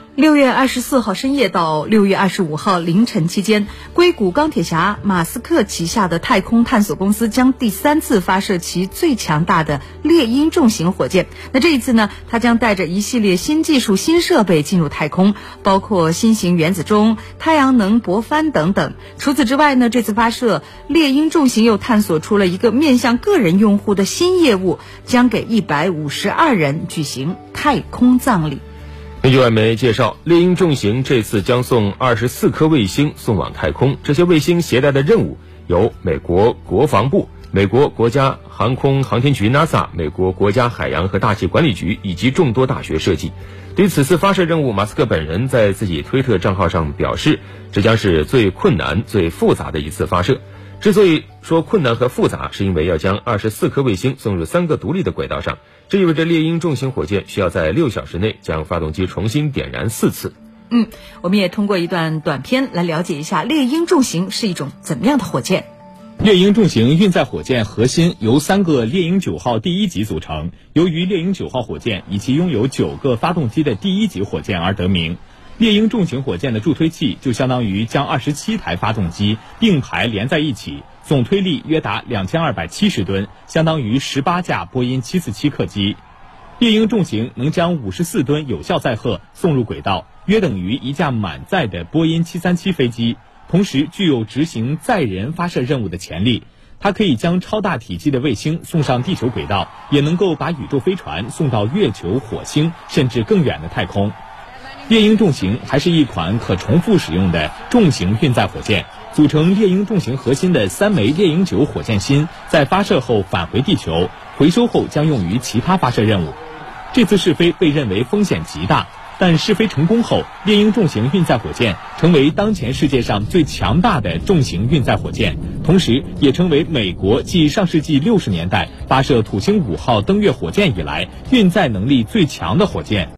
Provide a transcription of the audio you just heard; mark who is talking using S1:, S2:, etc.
S1: 6月24号深夜到6月25号凌晨期间，硅谷钢铁侠马斯克旗下的太空探索公司将第3次发射其最强大的猎鹰重型火箭。那这一次呢，它将带着一系列新技术、新设备进入太空，包括新型原子钟、太阳能驳帆等等。除此之外呢，这次发射猎鹰重型又探索出了一个面向个人用户的新业务，将给152人举行太空葬礼。
S2: 根据外媒介绍，猎鹰重型这次将送24颗卫星送往太空，这些卫星携带的任务由美国国防部、美国国家航空航天局 NASA、美国国家海洋和大气管理局以及众多大学设计。对于此次发射任务，马斯克本人在自己推特账号上表示，这将是最困难、最复杂的一次发射。之所以说困难和复杂，是因为要将24颗卫星送入3个独立的轨道上，这意味着猎鹰重型火箭需要在6小时内将发动机重新点燃4次。
S1: 我们也通过一段短片来了解一下猎鹰重型是一种怎么样的火箭。
S3: 猎鹰重型运载火箭核心由3个猎鹰9号第1级组成，由于猎鹰9号火箭以其拥有9个发动机的第1级火箭而得名。猎鹰重型火箭的助推器就相当于将27台发动机并排连在一起，总推力约达2270吨，相当于18架波音747客机。猎鹰重型能将54吨有效载荷送入轨道，约等于一架满载的波音737飞机，同时具有执行载人发射任务的潜力。它可以将超大体积的卫星送上地球轨道，也能够把宇宙飞船送到月球、火星甚至更远的太空。猎鹰重型还是一款可重复使用的重型运载火箭，组成猎鹰重型核心的3枚猎鹰9火箭芯在发射后返回地球，回收后将用于其他发射任务。这次试飞被认为风险极大，但试飞成功后，猎鹰重型运载火箭成为当前世界上最强大的重型运载火箭，同时也成为美国继上世纪60年代发射土星5号登月火箭以来运载能力最强的火箭。